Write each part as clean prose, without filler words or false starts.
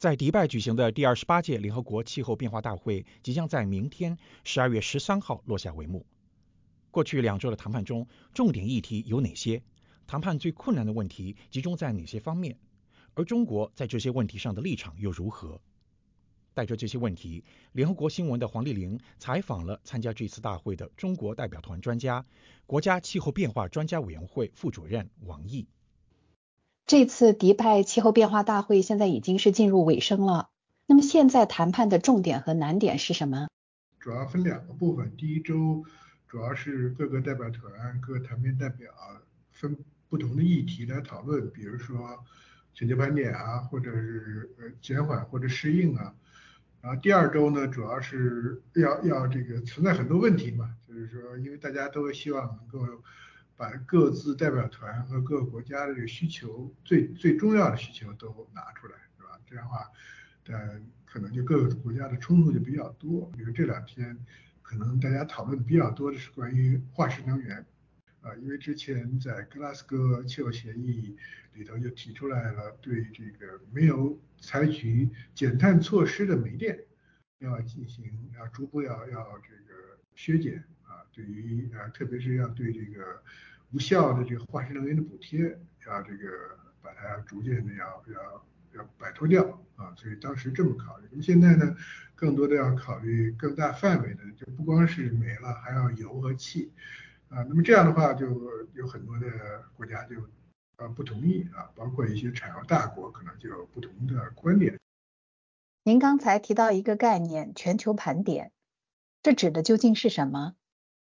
在迪拜举行的第28届联合国气候变化大会即将在明天12月13号落下帷幕。过去2周的谈判中，重点议题有哪些？谈判最困难的问题集中在哪些方面？而中国在这些问题上的立场又如何？带着这些问题，联合国新闻的黄丽玲采访了参加这次大会的中国代表团专家、国家气候变化专家委员会副主任王毅。 这次迪拜气候变化大会现在已经是进入尾声了，那么现在谈判的重点和难点是什么？ 主要分2个部分，第一周主要是各个代表团、各谈判代表分不同的议题来讨论，比如说全球盘点啊，或者是减缓或者适应啊。然后第2周呢，主要是要这个存在很多问题嘛，就是说因为大家都希望能够把各自代表团和各个国家的这个需求最重要的需求都拿出来，是吧？这样的话，可能就各个国家的冲突就比较多。比如这2天，可能大家讨论比较多的是关于化石能源，因为之前在格拉斯哥气候协议里头就提出来了，对这个没有采取减碳措施的煤电要逐步要这个削减对于特别是要对这个无效的这个化石能源的补贴要这个把它逐渐的要摆脱掉所以当时这么考虑。那么现在呢，更多的要考虑更大范围的，就不光是煤了，还要油和气那么这样的话，就有很多的国家就不同意包括一些产油大国可能就有不同的观点。 您刚才提到一个概念，全球盘点，这指的究竟是什么？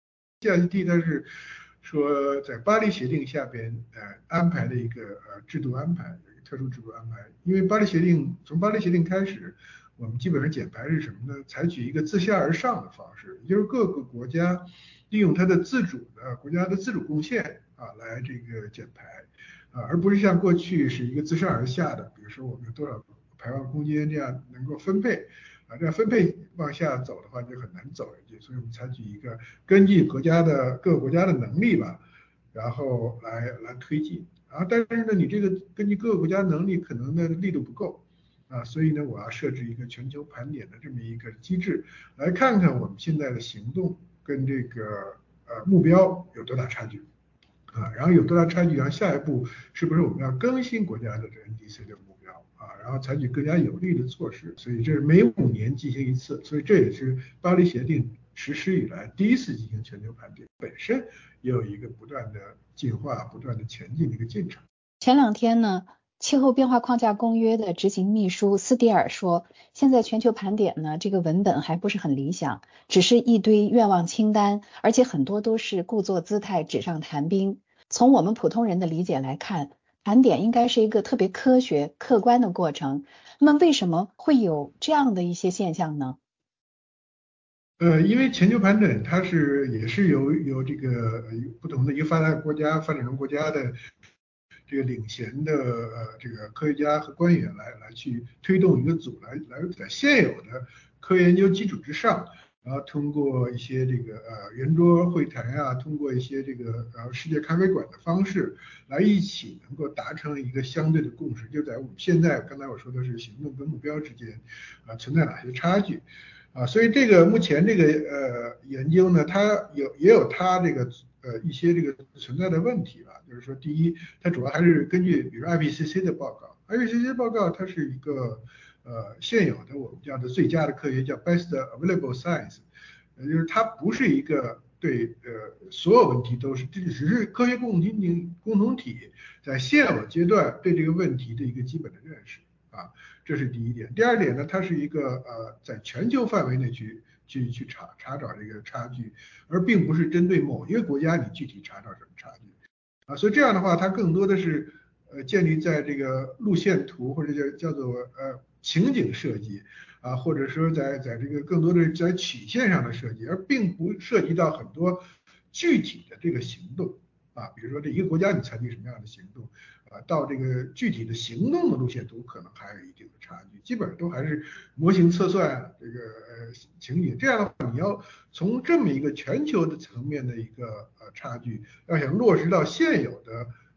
TID 它是说在巴黎协定下边安排的一个制度安排，一个特殊制度安排。因为从巴黎协定开始，我们基本上减排是什么呢？采取一个自下而上的方式，也就是各个国家利用它的国家的自主贡献来这个减排而不是像过去是一个自上而下的，比如说我们有多少排放空间这样能够分配这样分配往下走的话就很难走下去，所以我们采取一个根据各个国家的能力吧，然后来推进但是呢，你这个根据各个国家能力可能的力度不够所以呢，我要设置一个全球盘点的这么一个机制，来看看我们现在的行动跟这个目标有多大差距然后有多大差距，然后下一步是不是我们要更新国家的这 NDC 的目标然后采取更加有力的措施。所以这是每5年进行一次，所以这也是巴黎协定实施以来第一次进行全球盘点，本身也有一个不断的进化、不断的前进的一个进程。 前2天呢，气候变化框架公约的执行秘书斯蒂尔说，现在全球盘点呢，这个文本还不是很理想，只是一堆愿望清单，而且很多都是故作姿态、纸上谈兵。从我们普通人的理解来看，盘点应该是一个特别科学、客观的过程。那么为什么会有这样的一些现象呢？ 因为全球盘点它也是由这个不同的一个发展中国家的这个领衔的这个科学家和官员来去推动一个组来在现有的科研研究基础之上，然后通过一些这个圆桌会谈通过一些这个世界咖啡馆的方式来一起能够达成一个相对的共识，就在我们现在刚才我说的是行动跟目标之间存在哪些差距所以这个目前这个研究呢，它也有它这个一些这个存在的问题吧，就是说第一，它主要还是根据比如 IPCC 的报告 ，IPCC 报告它是一个现有的我们叫做最佳的科学叫 Best Available Science， 就是它不是一个对所有问题都是，这只是科学共同体在现有阶段对这个问题的一个基本的认识这是第一点。第2点呢，它是一个在全球范围内去查找这个差距，而并不是针对某一个国家你具体查找什么差距所以这样的话，它更多的是建立在这个路线图或者叫做情景设计或者说在这个更多的在曲线上的设计，而并不涉及到很多具体的这个行动比如说这一个国家你采取什么样的行动到这个具体的行动的路线图可能还有一定的差距，基本上都还是模型测算这个情景。这样的话，你要从这么一个全球的层面的一个差距，要想落实到现有的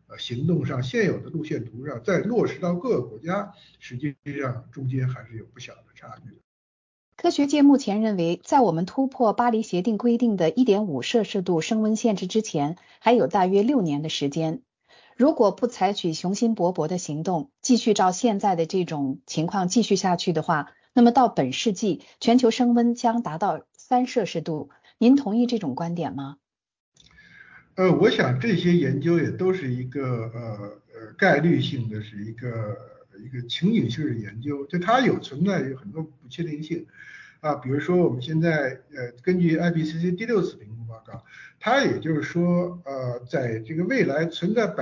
行动上现有的路线图上，再落实到各个国家，实际上中间还是有不小的差距的。 科学界目前认为，在我们突破巴黎协定规定的1.5摄氏度升温限制之前，还有大约6年的时间。如果不采取雄心勃勃的行动，继续照现在的这种情况继续下去的话，那么到本世纪，全球升温将达到3摄氏度。您同意这种观点吗？ 我想这些研究也都是一个概率性的，是一个情景性的研究，就它存在有很多不确定性啊。比如说我们现在根据 IPCC 第6次评估报告，它也就是说在这个未来存在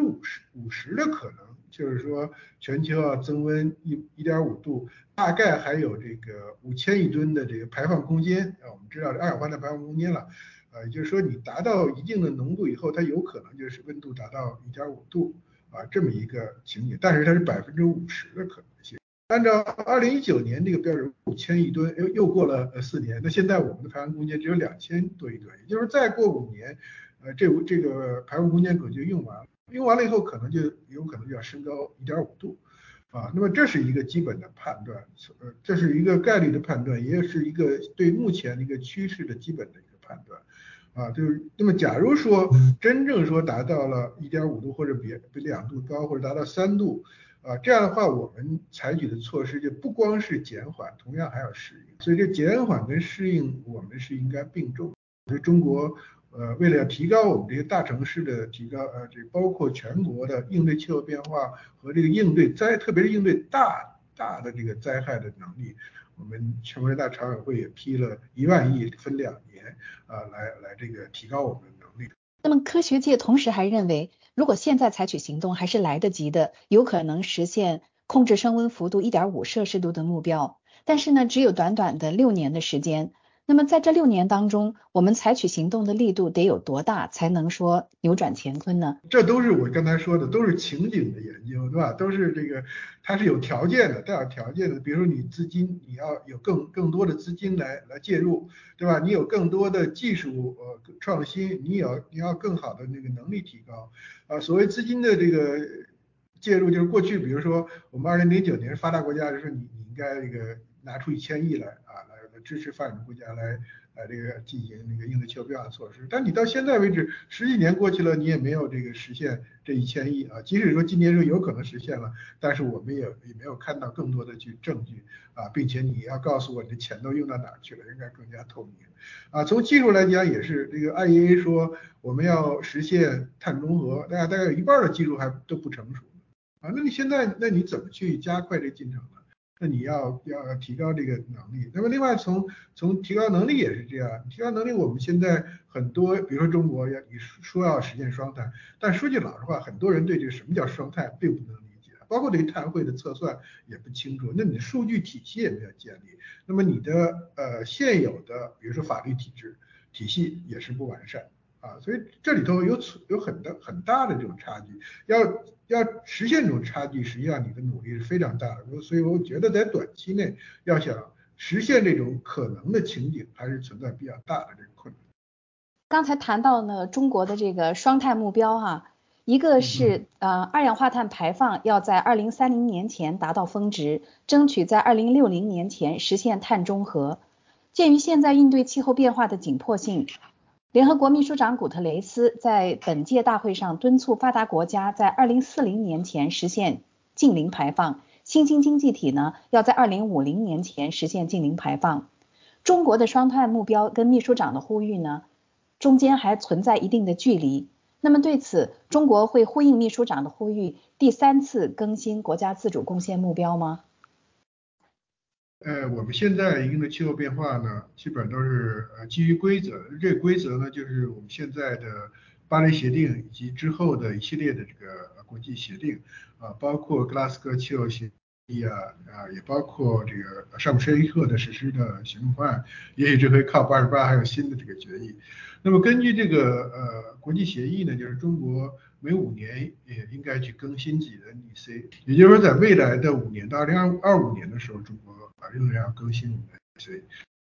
50%的可能，就是说全球要增温1.5度，大概还有这个5000亿吨的这个排放空间啊。我们知道二氧化碳排放空间了。也就是说你达到一定的浓度以后，它有可能就是温度达到1.5度啊这么一个情景，但是它是50%的可能性。按照2019年这个标准5000亿吨，又过了4年，那现在我们的排放空间只有2000多亿吨，也就是再过5年，这个排放空间可能就用完了，用完了以后有可能就要升高1.5度。啊，那么这是一个基本的判断，这是一个概率的判断，也是一个对目前的一个趋势的基本的一个判断。啊，就是那么，假如说真正说达到了1.5度或者比2度高，或者达到3度，啊，这样的话，我们采取的措施就不光是减缓，同样还要适应。所以这减缓跟适应，我们是应该并重。所以中国为了要提高我们这些大城市的这包括全国的应对气候变化和这个特别是应对大的这个灾害的能力。我们全国人大常委会也批了1万亿，分2年来这个提高我们的能力。 那么科学界同时还认为，如果现在采取行动还是来得及的，有可能实现控制升温幅度1.5摄氏度的目标。但是呢，只有短短的6年的时间。那么在这6年当中，我们采取行动的力度得有多大，才能说扭转乾坤呢？ 这都是我刚才说的，都是情景的研究，对吧？都是这个，它是有条件的，带有条件的。比如说你资金，你要有更多的资金来介入，对吧？你有更多的技术创新，你要更好的那个能力提高啊。所谓资金的这个介入，就是过去比如说我们2009年发达国家的时候，你应该这个拿出1000亿来支持发展中国家这个进行那个应对气候变化的措施，但你到现在为止10几年过去了，你也没有这个实现这1000亿啊。即使说今年说有可能实现了，但是我们也没有看到更多的证据啊，并且你要告诉我你的钱都用到哪儿去了，应该更加透明啊。从技术来讲也是，这个 IEA 说我们要实现碳中和，大概有一半的技术还都不成熟啊。那你怎么去加快这进程呢？那你要提高这个能力。那么另外从提高能力也是这样，提高能力我们现在很多，比如说中国你说要实现双碳，但说句老实话，很多人对这个什么叫双碳并不能理解，包括对碳汇的测算也不清楚，那你的数据体系也没有建立，那么你的现有的比如说法律体系也是不完善啊，所以这里头有很大的这种差距，要实现这种差距，实际上你的努力是非常大的，所以我觉得在短期内要想实现这种可能的情景，还是存在比较大的这个困难。 刚才谈到呢，中国的这个双碳目标哈，一个是二氧化碳排放要在2030年前达到峰值，争取在2060年前实现碳中和。鉴于现在应对气候变化的紧迫性，联合国秘书长古特雷斯在本届大会上敦促发达国家在2040年前实现净零排放，新兴经济体呢要在2050年前实现净零排放。中国的双碳目标跟秘书长的呼吁呢，中间还存在一定的距离。那么对此，中国会呼应秘书长的呼吁，第3次更新国家自主贡献目标吗？ 我们现在应对气候变化呢，基本都是基于规则。这个规则呢，就是我们现在的巴黎协定以及之后的一系列的这个国际协定啊，包括格拉斯哥气候协议也包括这个沙姆施伊克的实施的行动方案，也许这回靠88还有新的这个决议。那么根据这个国际协议呢，就是中国每5年也应该去更新自己的 NDC， 也就是说在未来的5年到2025年的时候，中国仍然要更新我们的 NDC。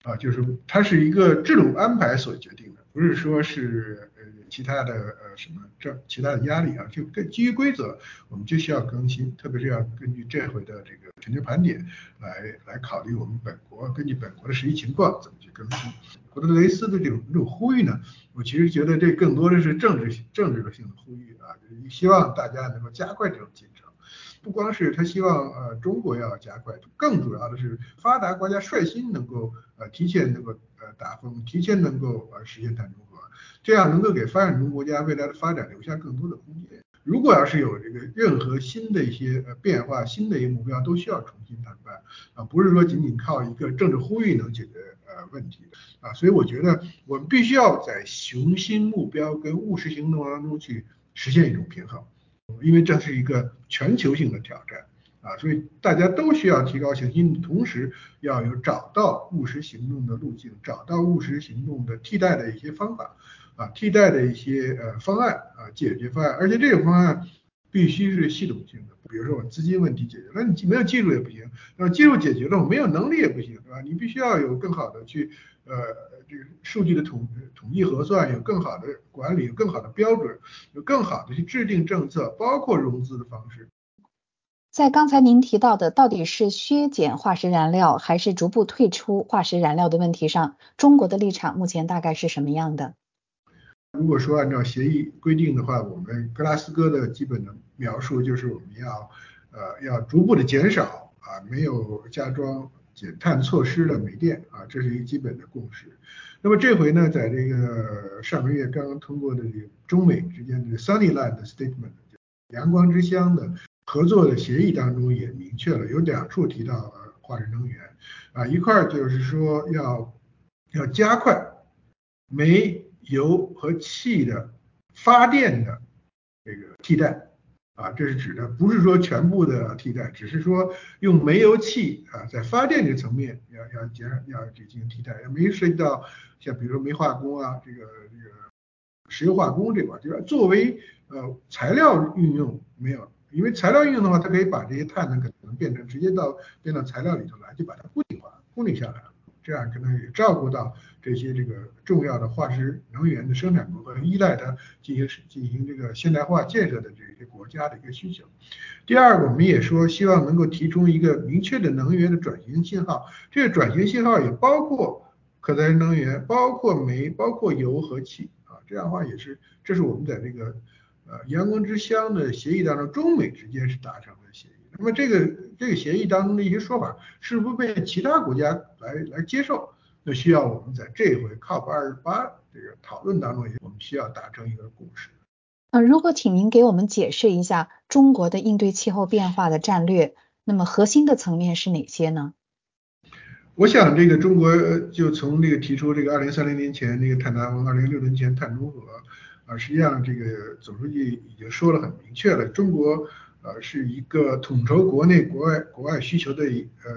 就是它是一个制度安排所决定的，不是说是其他的什么其他的压力啊，就基于规则，我们就需要更新，特别是要根据这回的这个全球盘点来考虑我们本国根据本国的实际情况怎么去更新。古特雷斯的这种呼吁呢，我其实觉得这更多的是政治性的呼吁啊，就是希望大家能够加快这种进程。不光是他希望中国要加快，更主要的是发达国家率先能够提前能够打风，提前能够实现碳中和，这样能够给发展中国家未来的发展留下更多的空间。如果要是有这个任何新的一些变化，新的一些目标，都需要重新谈判不是说仅仅靠一个政治呼吁能解决问题的所以我觉得我们必须要在雄心目标跟务实行动当中去实现一种平衡。因为这是一个全球性的挑战所以大家都需要提高雄心，同时要找到务实行动的路径，找到务实行动的替代的一些方法替代的一些方案解决方案，而且这种方案必须是系统性的。比如说我资金问题解决了，你没有技术也不行，那么技术解决了，我没有能力也不行，对吧？你必须要有更好的这个数据的统计核算，有更好的管理，有更好的标准，有更好的去制定政策，包括融资的方式。 在刚才您提到的到底是削减化石燃料还是逐步退出化石燃料的问题上，中国的立场目前大概是什么样的？ 如果说按照协议规定的话，我们格拉斯哥的基本的描述就是我们要逐步的减少没有加装减碳措施的煤电这是一个基本的共识。那么这回呢，在这个上个月刚刚通过的这个中美之间的 Sunnyland Statement 阳光之乡的合作的协议当中也明确了，有2处提到化石能源一块就是说要加快煤油和气的发电的这个替代这是指的不是说全部的替代，只是说用煤油气在发电这个层面要进行替代，没涉及到像比如说煤化工这个石油化工这块，就是作为材料运用没有，因为材料运用的话，它可以把这些碳呢可能直接变到材料里头来，就把它固定下来了。这样可能也照顾到这个重要的化石能源的生产国和依赖它进行这个现代化建设的这些国家的一个需求。第二，我们也说希望能够提出一个明确的能源的转型信号，这个转型信号也包括可再生能源，包括煤，包括油和气这样的话这是我们在这个阳光之乡的协议当中，中美之间是达成的协议。那么这个协议当中的一些说法，是不是被其他国家来接受？那需要我们在这回 COP28这个讨论当中，我们需要达成一个共识。 如果请您给我们解释一下中国的应对气候变化的战略，那么核心的层面是哪些呢？ 我想这个中国就从这个提出这个2030年前这个碳达峰，2060年前碳中和实际上这个总书记已经说了很明确了，中国是一个统筹国内国外需求的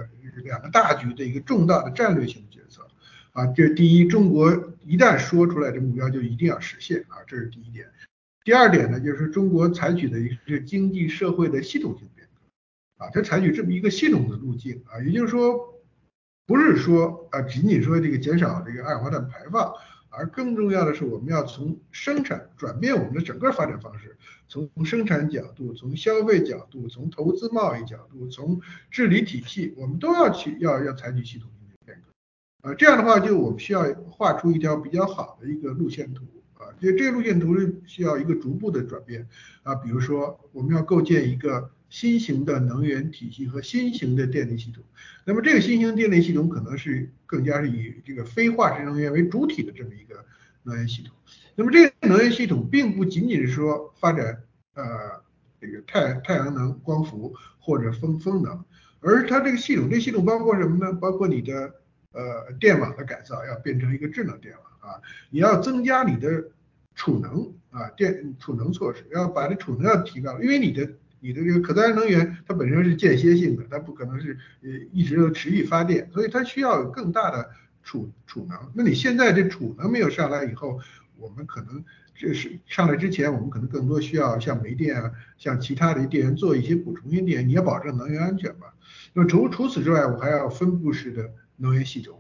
2个大局的一个重大的战略性决策这第一，中国一旦说出来的目标就一定要实现这是第一点。第二点呢，就是中国采取的一个经济社会的系统性变革它采取这么一个系统的路径也就是说，不是说仅仅说这个减少这个二氧化碳排放，而更重要的是我们要从生产转变我们的整个发展方式，从生产角度，从消费角度，从投资贸易角度，从治理体系，我们都要采取系统性的变革这样的话，就我们需要画出一条比较好的一个路线图这个路线图是需要一个逐步的转变比如说我们要构建一个新型的能源体系和新型的电力系统。那么这个新型电力系统可能是更加是以这个非化石能源为主体的这么一个能源系统。那么这个能源系统并不仅仅是说发展这个太阳能、光伏或者风能，而它这个系统包括什么呢？包括你的电网的改造，要变成一个智能电网你要增加你的储能储能措施，要把这储能要提高，因为你的这个可再生能源它本身是间歇性的，它不可能是一直都持续发电，所以它需要有更大的储能。那你现在这储能没有上来以后，我们可能这是上来之前，我们可能更多需要像煤电像其他的电源做一些补充性电，你要保证能源安全嘛。那么除此之外，我还要分布式的能源系统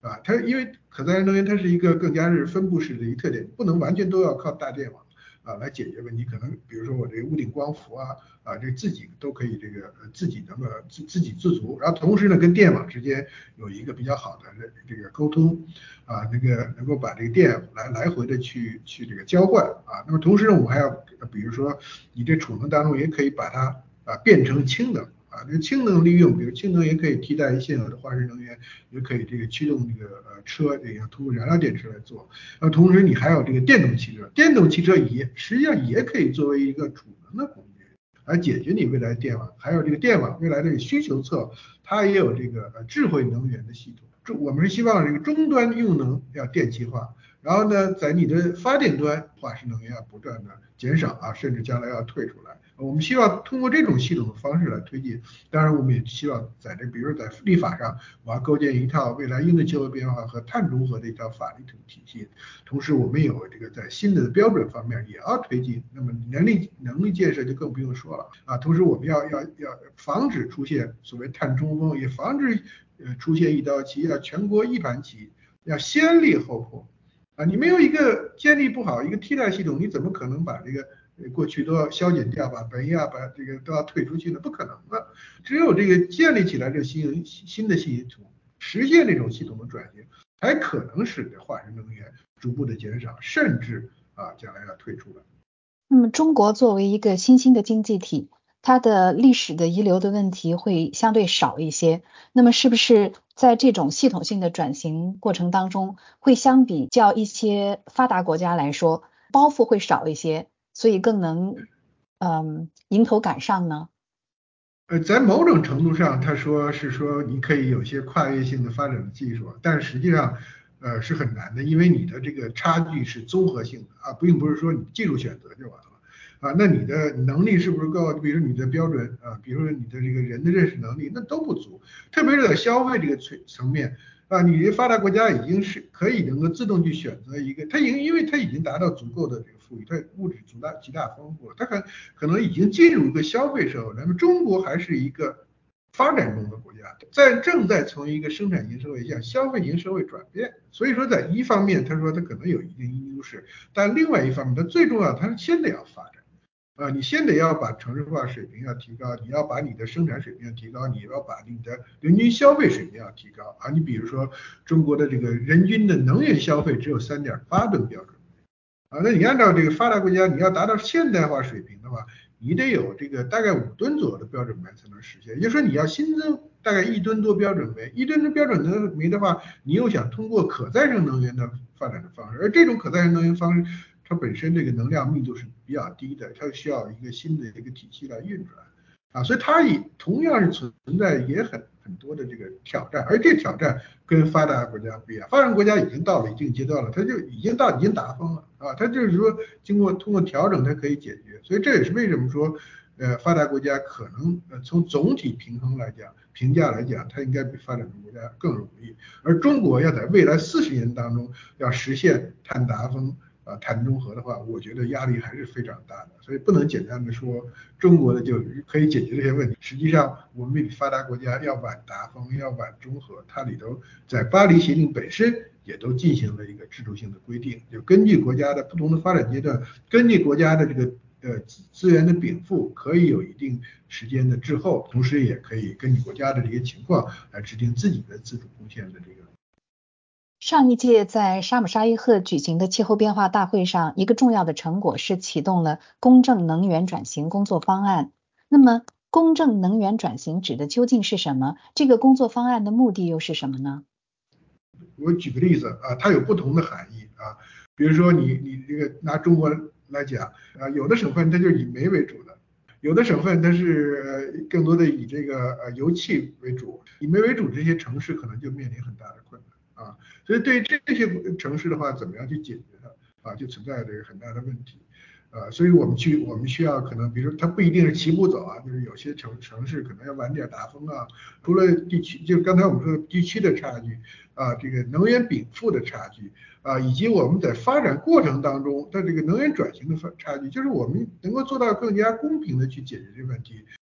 它因为可再生能源它是一个更加是分布式的一个特点，不能完全都要靠大电网来解决问题。可能比如说我这个屋顶光伏这自己都可以自己能够自给自足，然后同时呢跟电网之间有一个比较好的这个沟通能够把这个电来回的去这个交换那么同时呢我们还要比如说你这储能当中也可以把它变成氢能。这个氢能利用，比如氢能也可以替代现有的化石能源，也可以这个驱动这个车，这个通过燃料电池来做。同时你还有这个电动汽车，电动汽车实际上也可以作为一个储能的工具，来解决你未来电网，还有这个电网未来的需求侧，它也有这个智慧能源的系统。我们是希望这个终端用能要电气化，然后呢，在你的发电端，化石能源要不断的减少甚至将来要退出来。我们希望通过这种系统的方式来推进。当然，我们也希望比如在立法上，我要构建一套未来应对气候变化和碳中和的一套法律体系。同时，我们有这个在新的标准方面也要推进。那么能力建设就更不用说了同时，我们要防止出现所谓碳中风，也防止出现一刀切，要全国一盘棋，要先立后破。你没有一个建立不好一个替代系统，你怎么可能把这个过去都要消减掉，把把这个都要退出去呢？不可能的。只有这个建立起来这新的系统，实现这种系统的转型，才可能使得化石能源逐步的减少，甚至将来要退出来。 那么中国作为一个新兴的经济体，它的历史的遗留的问题会相对少一些。那么是不是在这种系统性的转型过程当中，会相比较一些发达国家来说，包袱会少一些，所以更能迎头赶上呢？ 在某种程度上，他是说你可以有些跨越性的发展的技术，但是实际上，是很难的，因为你的这个差距是综合性的并不是说你技术选择就完了那你的能力是不是够？比如你的标准比如说你的这个人的认识能力，那都不足，特别是在消费这个层面你的发达国家已经是可以能够自动去选择一个，因为它已经达到足够的这个富裕，它物质极大丰富了，它可能已经进入一个消费社会。那么中国还是一个发展中的国家，正在从一个生产型社会向消费型社会转变。所以说，在一方面，他说它可能有一定优势，但另外一方面，它最重要，它是先得要发展。你先得要把城市化水平要提高，你要把你的生产水平要提高，你要把你的人均消费水平要提高你比如说中国的这个人均的能源消费只有3.8吨标准那你按照这个发达国家，你要达到现代化水平的话，你得有这个大概5吨左右的标准煤才能实现。也就是说，你要新增大概1吨多标准煤，1吨多标准煤的话，你又想通过可再生能源的发展的方式，而这种可再生能源方式，它本身这个能量密度是比较低的，它需要一个新的一个体系来运转所以它同样是存在也很多的这个挑战，而这挑战跟发达国家不一样，发达国家已经到了一定阶段了，它就已经达峰了它就是说通过调整它可以解决，所以这也是为什么说发达国家可能从总体评价来讲，它应该比发展中国家更容易，而中国要在未来40年当中要实现碳达峰碳中和的话，我觉得压力还是非常大的，所以不能简单的说中国的就可以解决这些问题。实际上，我们比发达国家要晚达峰，要晚中和，它里头在巴黎协定本身也都进行了一个制度性的规定，就根据国家的不同的发展阶段，根据国家的这个资源的禀赋，可以有一定时间的滞后，同时也可以根据国家的这些情况来制定自己的自主贡献的这个。 上一届在沙姆沙伊赫举行的气候变化大会上，一个重要的成果是启动了公正能源转型工作方案。那么，公正能源转型指的究竟是什么？这个工作方案的目的又是什么呢？ 我举个例子它有不同的含义比如说你这个拿中国来讲有的省份它就是以煤为主的，有的省份它是更多的以这个油气为主，以煤为主这些城市可能就面临很大的困难所以对于这些城市的话，怎么样去解决它就存在这个很大的问题所以我们需要可能，比如说它不一定是齐步走就是有些城市可能要晚点达峰除了地区，就是刚才我们说的地区的差距这个能源禀赋的差距以及我们在发展过程当中的这个能源转型的差距，就是我们能够做到更加公平的去解决这个问题。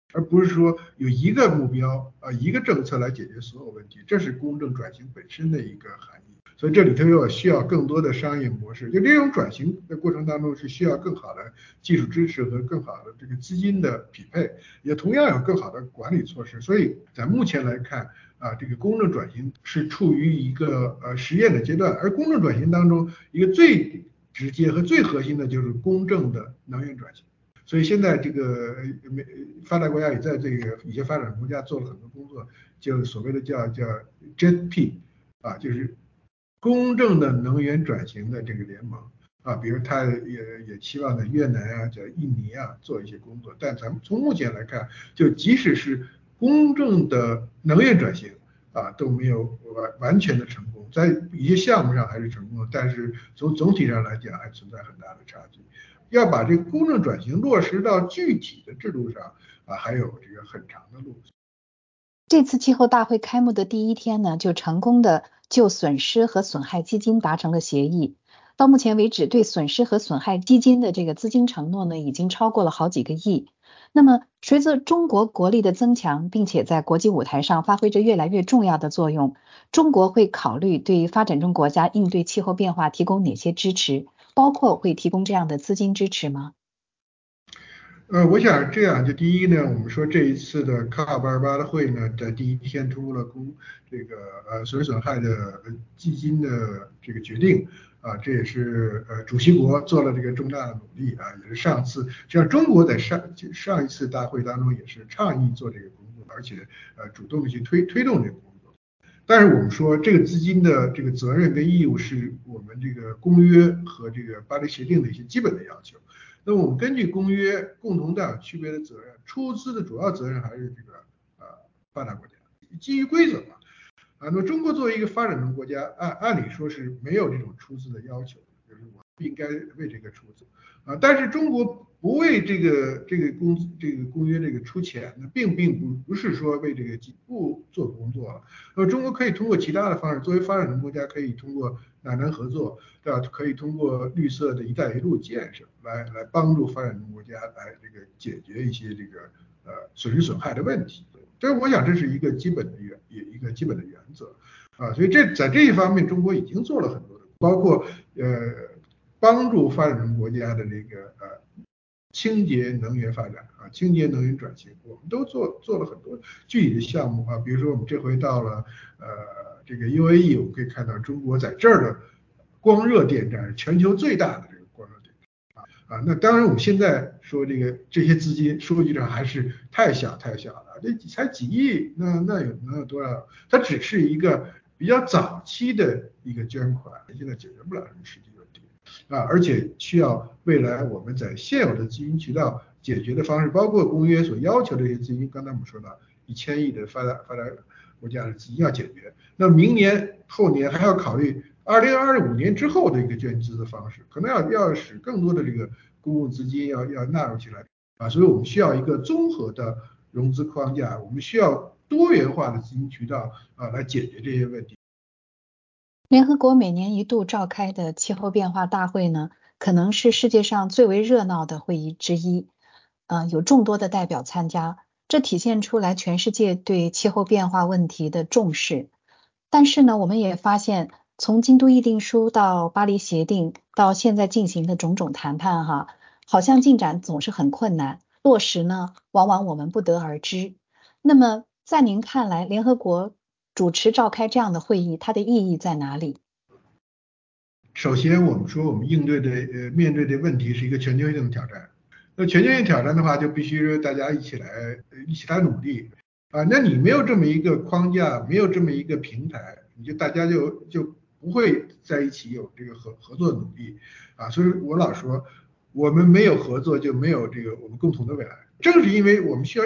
而不是说有一个目标一个政策来解决所有问题，这是公正转型本身的一个含义。所以这里头又需要更多的商业模式，就这种转型的过程当中是需要更好的技术支持和更好的这个资金的匹配，也同样有更好的管理措施。所以在目前来看这个公正转型是处于一个实验的阶段，而公正转型当中一个最直接和最核心的就是公正的能源转型。所以现在这个发达国家也在这个一些发展国家做了很多工作，就所谓的叫 JETP 就是公正的能源转型的这个联盟比如他也期望在越南在印尼做一些工作，但咱们从目前来看，就即使是公正的能源转型都没有完全的成功，在一些项目上还是成功的，但是从总体上来讲还存在很大的差距。要把这个公正转型落实到具体的制度上还有这个很长的路。 这次气候大会开幕的第一天呢，就成功的就损失和损害基金达成了协议。到目前为止，对损失和损害基金的这个资金承诺呢，已经超过了好几个亿。那么，随着中国国力的增强，并且在国际舞台上发挥着越来越重要的作用，中国会考虑对发展中国家应对气候变化提供哪些支持，包括会提供这样的资金支持吗？ 我想这样，就第一呢，我们说这一次的 COP28的会呢，在第一天通过了这个损害的基金的这个决定这也是主席国做了这个重大的努力也是上次像中国在上一次大会当中也是倡议做这个工作，而且主动的去推动这个工作。但是我们说这个资金的这个责任跟义务是我们这个公约和这个巴黎协定的一些基本的要求。那我们根据公约共同带有区别的责任，出资的主要责任还是这个发达国家，基于规则嘛那么中国作为一个发展中国家，按理说是没有这种出资的要求，就是我不应该为这个出资但是中国不为这个公约这个出钱呢，并不是说为这个不做工作了。中国可以通过其他的方式，作为发展中国家，可以通过两南合作，对吧？可以通过绿色的一带一路建设来帮助发展中国家来这个解决一些这个损失损害的问题。我想这是一个基本的原则所以在这一方面，中国已经做了很多的，包括帮助发展中国家的这个清洁能源发展清洁能源转型，我们都做了很多具体的项目比如说我们这回到了这个 UAE， 我们可以看到中国在这儿的光热电站是全球最大的这个光热电站那当然我们现在说这些资金说句上还是太小了，这才几亿，那能有多少？它只是一个比较早期的一个捐款，现在解决不了什么实际问题而且需要未来我们在现有的资金渠道解决的方式，包括公约所要求的一些资金，刚才我们说到1000亿的发达国家的资金要解决，那明年后年还要考虑2025年之后的一个捐资的方式，可能要使更多的这个公共资金要纳入起来所以我们需要一个综合的融资框架，我们需要多元化的资金渠道来解决这些问题。 联合国每年一度召开的气候变化大会呢，可能是世界上最为热闹的会议之一，有众多的代表参加，这体现出来全世界对气候变化问题的重视。但是呢，我们也发现，从京都议定书到巴黎协定，到现在进行的种种谈判好像进展总是很困难，落实呢，往往我们不得而知。那么，在您看来，联合国主持召开这样的会议，它的意义在哪里？ 首先，我们说我们面对的问题是一个全球性的挑战。那全球性挑战的话，就必须大家一起来努力那你没有这么一个框架，没有这么一个平台，大家就不会在一起有这个合作努力所以我老说，我们没有合作就没有这个我们共同的未来。正是因为我们需要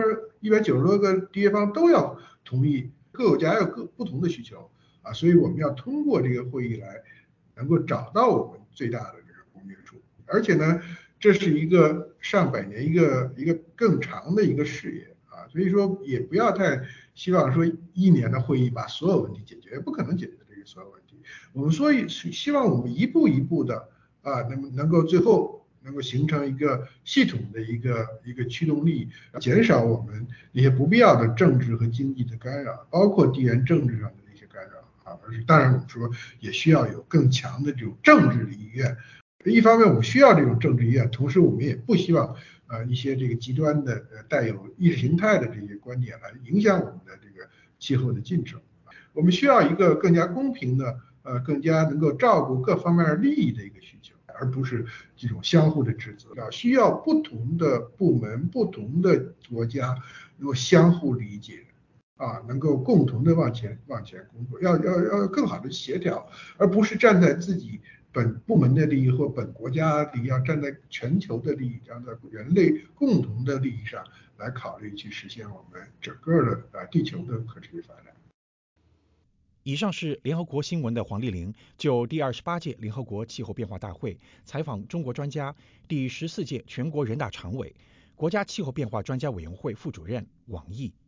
190多个缔约方都要同意，各国家有各不同的需求所以我们要通过这个会议来能够找到我们最大的这个公约数。而且呢，这是一个上百年一个更长的一个事业所以说也不要太希望说1年的会议把所有问题解决，不可能解决这个所有问题。我们希望我们一步一步的能够最后能够形成一个系统的一个驱动力，减少我们那些不必要的政治和经济的干扰，包括地缘政治上的一些干扰啊。而是当然我们说也需要有更强的这种政治的意愿。一方面我们需要这种政治意愿，同时我们也不希望一些这个极端的带有意识形态的这些观点来影响我们的这个气候的进程。我们需要一个更加公平的更加能够照顾各方面利益的一个需求，而不是这种相互的指责。需要不同的部门、不同的国家能够相互理解能够共同的往前工作，要更好的协调，而不是站在自己本部门的利益或本国家利益，要站在全球的利益，站在人类共同的利益上来考虑去实现我们整个的地球的可持续发展。 以上是联合国新闻的黄丽玲就第28届联合国气候变化大会采访中国专家，第14届全国人大常委、国家气候变化专家委员会副主任王毅。